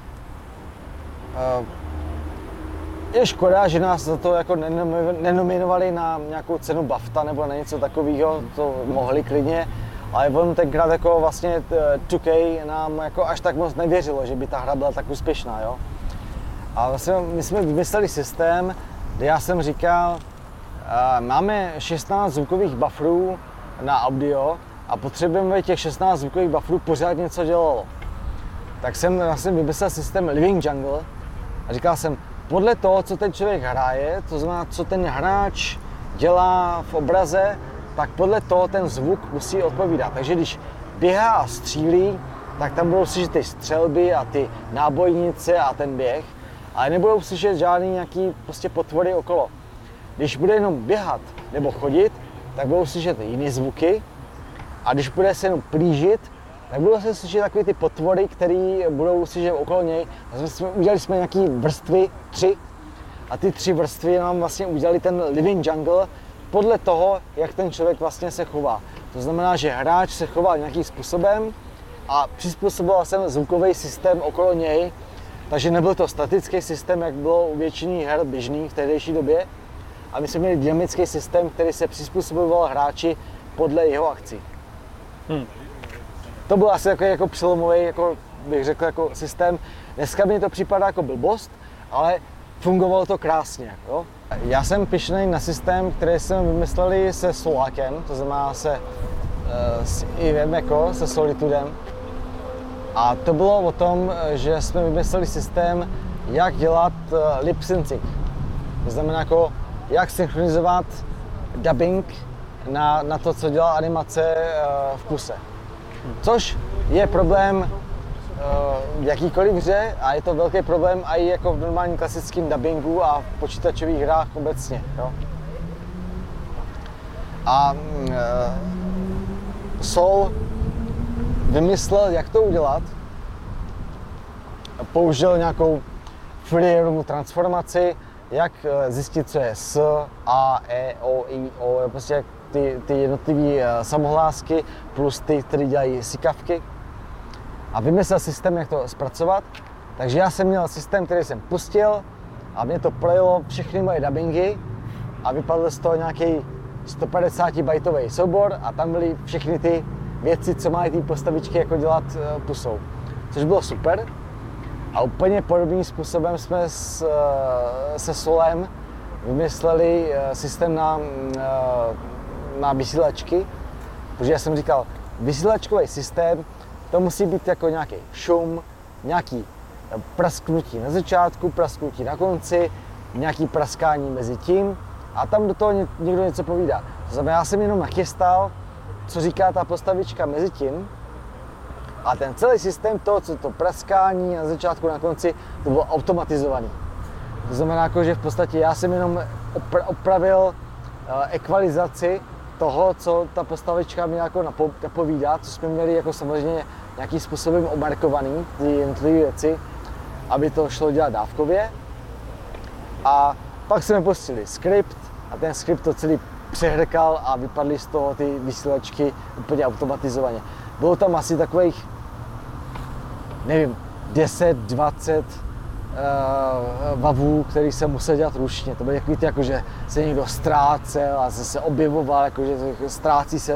Je škoda, že nás za to jako nenominovali na nějakou cenu BAFTA nebo na něco takového, to mohli klidně, ale on tenkrát jako vlastně two K nám jako až tak moc nevěřilo, že by ta hra byla tak úspěšná, jo. A vlastně my jsme vymysleli systém, kde já jsem říkal, máme šestnáct zvukových bufferů na audio a potřebujeme těch šestnáct zvukových bufferů pořád něco dělalo. Tak jsem vlastně vymyslel systém Living Jungle a říkal jsem, podle toho, co ten člověk hraje, to znamená, co ten hráč dělá v obraze, tak podle toho ten zvuk musí odpovídat. Takže když běhá a střílí, tak tam budou slyšet ty střelby a ty nábojnice a ten běh, ale nebudou slyšet žádný nějaký prostě potvory okolo. Když bude jenom běhat nebo chodit, tak budou slyšet jiné zvuky a když bude se jenom plížit, tak budou se slyšet takové ty potvory, které budou slyšet okolo něj. Jsme, udělali jsme nějaké vrstvy, tři, a ty tři vrstvy nám vlastně udělali ten Living Jungle podle toho, jak ten člověk vlastně se chová. To znamená, že hráč se choval nějakým způsobem a přizpůsoboval jsem zvukový systém okolo něj, takže nebyl to statický systém, jak bylo u většiny her běžných v tehdejší době, a my jsme měli dynamický systém, který se přizpůsoboval hráči podle jeho akcí. Hmm. To byl asi jako, jako přelomový, jako bych řekl, jako systém. Dneska mi to připadá jako blbost, ale fungovalo to krásně. Jo? Já jsem pyšnej na systém, který jsme vymysleli se Solákem, to znamená se s Ivem, jako, se Solitudem. A to bylo o tom, že jsme vymysleli systém, jak dělat lip syncing. To znamená, jako, jak synchronizovat dubbing na, na to, co dělá animace v kuse. Což je problém v jakýkoliv hře a je to velký problém i jako v normálním klasickém dubbingu a v počítačových hrách obecně. Jo? A uh, Sol vymyslel, jak to udělat. Použil nějakou Fourierovu transformaci, jak zjistit, co je S, A, E, O, I, O, prostě ty, ty jednotlivé samohlásky plus ty, které dělají sykavky. A vymyslel systém, jak to zpracovat. Takže já jsem měl systém, který jsem pustil a mě to projelo všechny moje dubbingy a vypadl z toho nějaký sto padesát bajtový soubor a tam byly všechny ty věci, co mají ty postavičky jako dělat pusou. Což bylo super. A úplně podobným způsobem jsme s, se Solem vymysleli systém na, na vysílačky, protože já jsem říkal, vysílačkový systém, to musí být jako nějaký šum, nějaký prasknutí na začátku, prasknutí na konci, nějaký praskání mezi tím a tam do toho někdo něco povídá. To znamená, já jsem jenom nachystal, co říká ta postavička mezi tím a ten celý systém toho, co to praskání na začátku, na konci, to bylo automatizovaný. To znamená, jako, že v podstatě já jsem jenom opra- opravil ekvalizaci toho, co ta postavička měla jako napo- napovídat, co jsme měli jako samozřejmě nějakým způsobem omarkovaný, ty jednotlivé věci, aby to šlo dělat dávkově. A pak jsme pustili skript a ten skript to celý přehrkal a vypadly z toho ty vysílačky úplně automatizovaně. Bylo tam asi takových, nevím, deset dvacet uh, vavů, který jsem musel dělat ručně. To byly takový ty, jako, že se někdo ztrácel a se objevoval, jako, že ztrácí se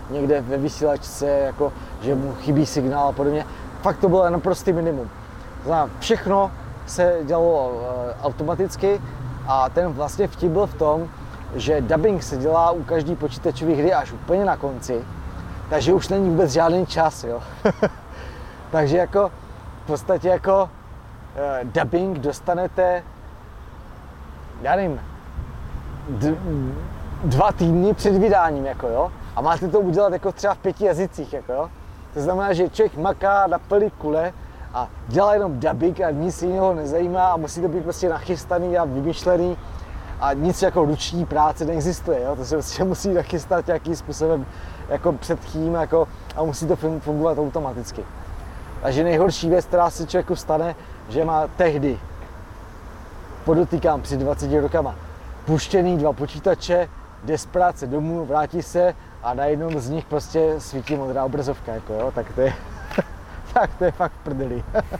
někde ve vysílačce, jako, že mu chybí signál a podobně. Fakt to bylo naprostý minimum. Znamená, všechno se dělalo uh, automaticky a ten vlastně vtip byl v tom, že dubbing se dělá u každé počítačové hry až úplně na konci, takže už není vůbec žádný čas, jo. Takže jako v podstatě jako uh, dubbing dostanete, já nevím, d- dva týdny před vydáním, jako jo, a máte to udělat jako třeba v pěti jazycích, jako jo. To znamená, že člověk maká na plný kule a dělá jenom dubbing a nic jiného nezajímá a musí to být prostě nachystaný a vymyšlený a nic jako ruční práce neexistuje, jo? To se prostě musí nachystat nějakým způsobem jako předtím jako, a musí to fungovat automaticky. Takže nejhorší věc, která se člověku stane, že má tehdy, podotýkám před dvaceti rokama, puštěný dva počítače, jde z práce domů, vrátí se a na jednom z nich prostě svítí modrá obrazovka, jako jo, tak to je, tak to je fakt prdeli.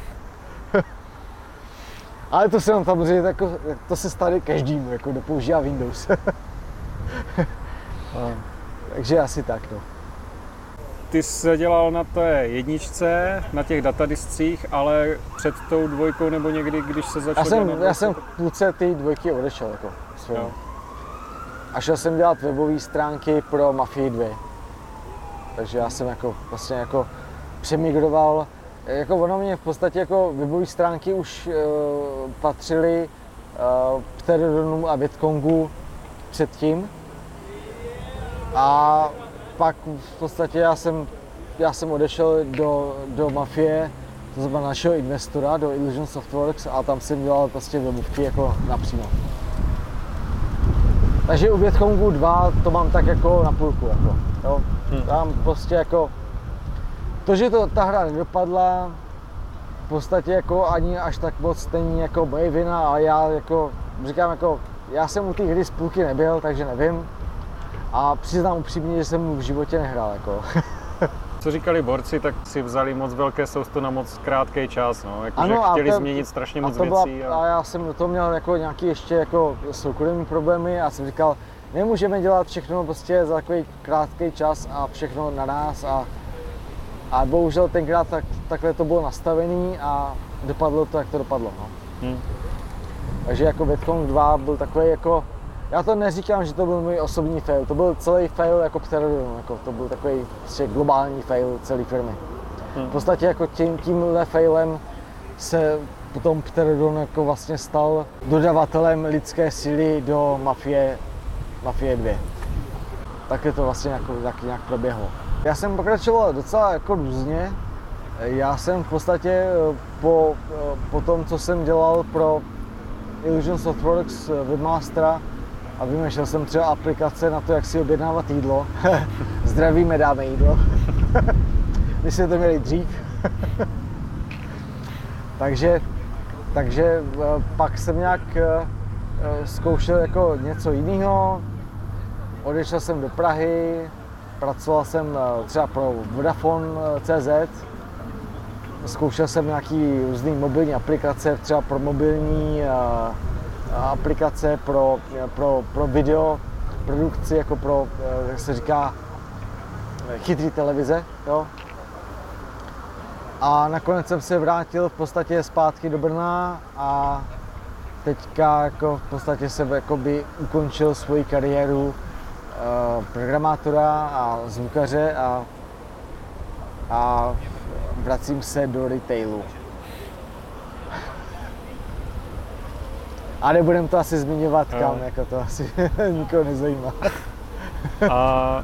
Ale to se nám samozřejmě, jako, to se stane každému, jako kdo používá Windows. Takže asi tak, no. Ty jsi dělal na té jedničce, na těch datadiscích, ale před tou dvojkou nebo někdy, když se začal... Já jsem, já jsem v půlce té dvojky odešel, jako svým. A šel jsem dělat webové stránky pro Mafii dva. Takže já jsem jako vlastně jako přemigroval, jako ono mě v podstatě jako webové stránky už uh, patřily uh, Pterodonu a Vietcongu předtím. A pak v podstatě já jsem, já jsem odešel do, do Mafie, to znamená našeho investora, do Illusion Softworks a tam jsem dělal prostě webovky jako napřímo. Takže u Vietcongu dva to mám tak jako na půlku, jako, jo. Hmm. Tam prostě jako, to, že to ta hra nedopadla, v podstatě jako ani až tak moc není jako moje vina, ale já jako, říkám jako, já jsem u té hry z půlky nebyl, takže nevím. A přiznám upřímně, že jsem v životě nehrál, jako. Co říkali borci, tak si vzali moc velké sousto na moc krátký čas, no. Jako, ano, že chtěli to, změnit strašně moc a věcí. Byla, a... a já jsem do toho měl jako nějaký ještě jako soukromý problémy a jsem říkal, nemůžeme dělat všechno prostě za takový krátký čas a všechno na nás a, a bohužel tenkrát tak, takhle to bylo nastavený a dopadlo to, jak to dopadlo, no. Hmm. Takže jako Vietcong dva byl takový jako, já to neříkám, že to byl můj osobní fail, to byl celý fail jako Pterodon, jako to byl takový prostě globální fail celé firmy. Hmm. V podstatě jako tím, tímhle failem se potom Pterodon jako vlastně stal dodavatelem lidské síly do Mafie, Mafie dva. Taky to vlastně jako, tak nějak proběhlo. Já jsem pokračoval docela jako různě. Já jsem v podstatě po, po tom, co jsem dělal pro Illusion Softworks webmastera a vymýšlel jsem třeba aplikace na to, jak si objednávat jídlo. Zdravíme, dáme jídlo. My jsme to měli dřív. takže, takže pak jsem nějak zkoušel jako něco jiného. Odešel jsem do Prahy, pracoval jsem třeba pro Vodafone tečka cé zet. Zkoušel jsem nějaký různý mobilní aplikace, třeba pro mobilní aplikace pro, pro, pro video produkci, jako pro, jak se říká, chytrý televize, jo. A nakonec jsem se vrátil v podstatě zpátky do Brna a teďka jako v podstatě jsem jakoby ukončil svoji kariéru uh, programátora a zvukaře a, a vracím se do retailu. A nebudem to asi zmiňovat kam, no. Jako to asi nikoho nezajímá. A,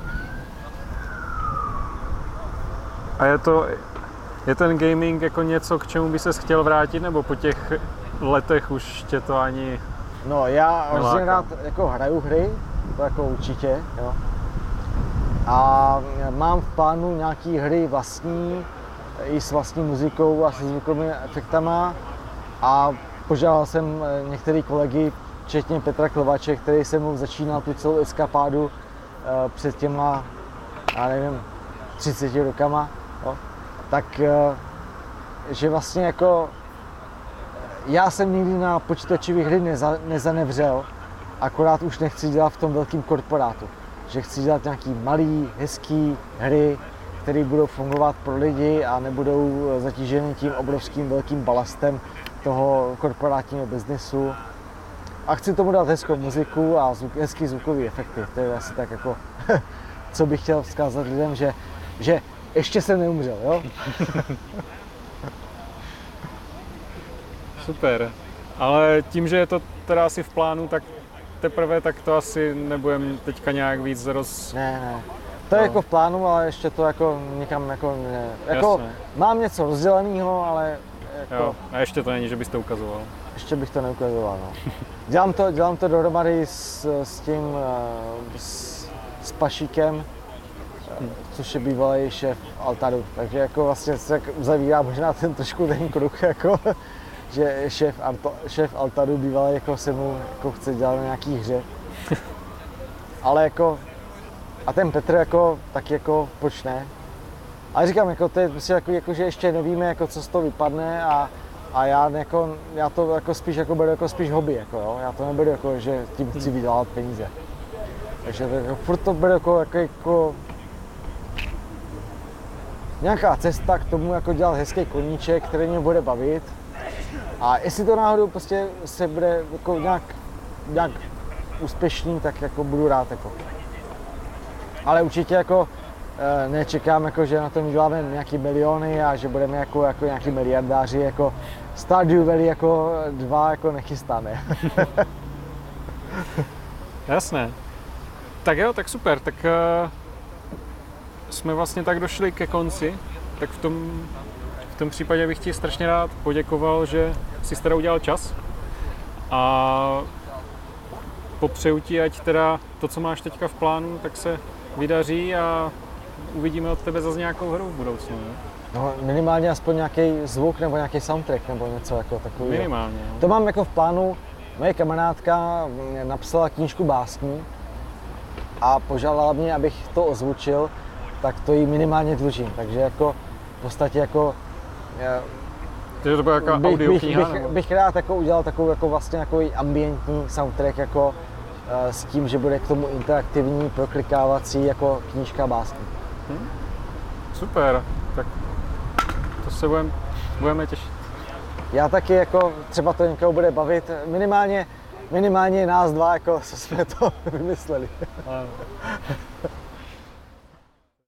a je to, je ten gaming jako něco, k čemu by ses chtěl vrátit, nebo po těch letech už tě to ani No já hrozně rád jako hraju hry, to jako určitě, jo. A mám v plánu nějaký hry vlastní, i s vlastní muzikou a se zvukovými efektama a požádal jsem některé kolegy, včetně Petra Klovače, který se mnou začínal tu celou eskapádu před těma, já nevím, třiceti rokama, jo. Tak že vlastně jako já jsem nikdy na počítačové hry neza, nezanevřel, akorát už nechci dělat v tom velkém korporátu. že chci dělat nějaký malý, hezký hry, které budou fungovat pro lidi a nebudou zatíženy tím obrovským velkým balastem toho korporátního biznesu. A chci tomu dát hezkou muziku a zvuk, hezký zvukový efekty. To je asi tak jako, co bych chtěl vzkázat lidem, že, že ještě jsem neumřel, jo? Super, ale tím, že je to teda asi v plánu, tak teprve tak to asi nebudem teďka nějak víc roz... Ne, ne. To je no. jako v plánu, ale ještě to jako nikam jako ne. Jako Jasně. mám něco rozděleného, ale jako Jo, a ještě to není, že byste ukazoval. ještě bych to neukazoval, no. Dělám to, dělám to dohromady s, s tím, eh, s, s Pašíkem, Hm. což je bývalý šéf Altaru, takže jako vlastně se tak uzavírá možná ten trošku ten kruh, jako, že šéf, Arto, šéf Altaru bývalý jako se mnou jako chce dělat na nějaký hře. Ale jako, a ten Petr jako, tak jako proč ne? Ale říkám, jako, to je prostě jako, jako, že ještě nevíme, jako, co z toho vypadne a, a já, jako, já to jako spíš jako beru jako spíš hobby, jako, jo? Já to neberu jako, že tím chci vydělat peníze. Takže to, jako, furt to beru jako, jako, jako nějaká cesta k tomu, jako dělat hezký koníček, který mě bude bavit. A jestli to náhodou prostě se bude jako nějak, nějak úspěšný, tak jako budu rád. Jako. Ale určitě jako nečekám, jako, že na tom děláme nějaký miliony a že budeme jako, jako nějaký miliardáři. Jako Stardew Valley jako dva jako nechystáme. Jasné. Tak jo, tak super. Tak uh, jsme vlastně tak došli ke konci. Tak v tom, v tom případě bych ti strašně rád poděkoval, že jsi teda udělal čas. A popřeju ti, ať teda to, co máš teďka v plánu, tak se vydaří a uvidíme od tebe zase nějakou hru v budoucnu. Ne? No, minimálně aspoň nějaký zvuk nebo nějaký soundtrack nebo něco jako takového. Minimálně. No. To mám jako v plánu. Moje kamarádka napsala knížku básní a požádala mě, abych to ozvučil, tak to jí minimálně dlužím. Takže jako v podstatě jako Takže to byla jaká bych, audiokniha? bych, bych, bych rád jako udělal takovou jako vlastně takový ambientní soundtrack jako uh, s tím, že bude k tomu interaktivní, proklikávací jako knížka básní. Hmm? Super, tak to se budeme, budeme těšit. Já taky jako třeba to někoho bude bavit, minimálně, minimálně nás dva, jako co jsme to vymysleli.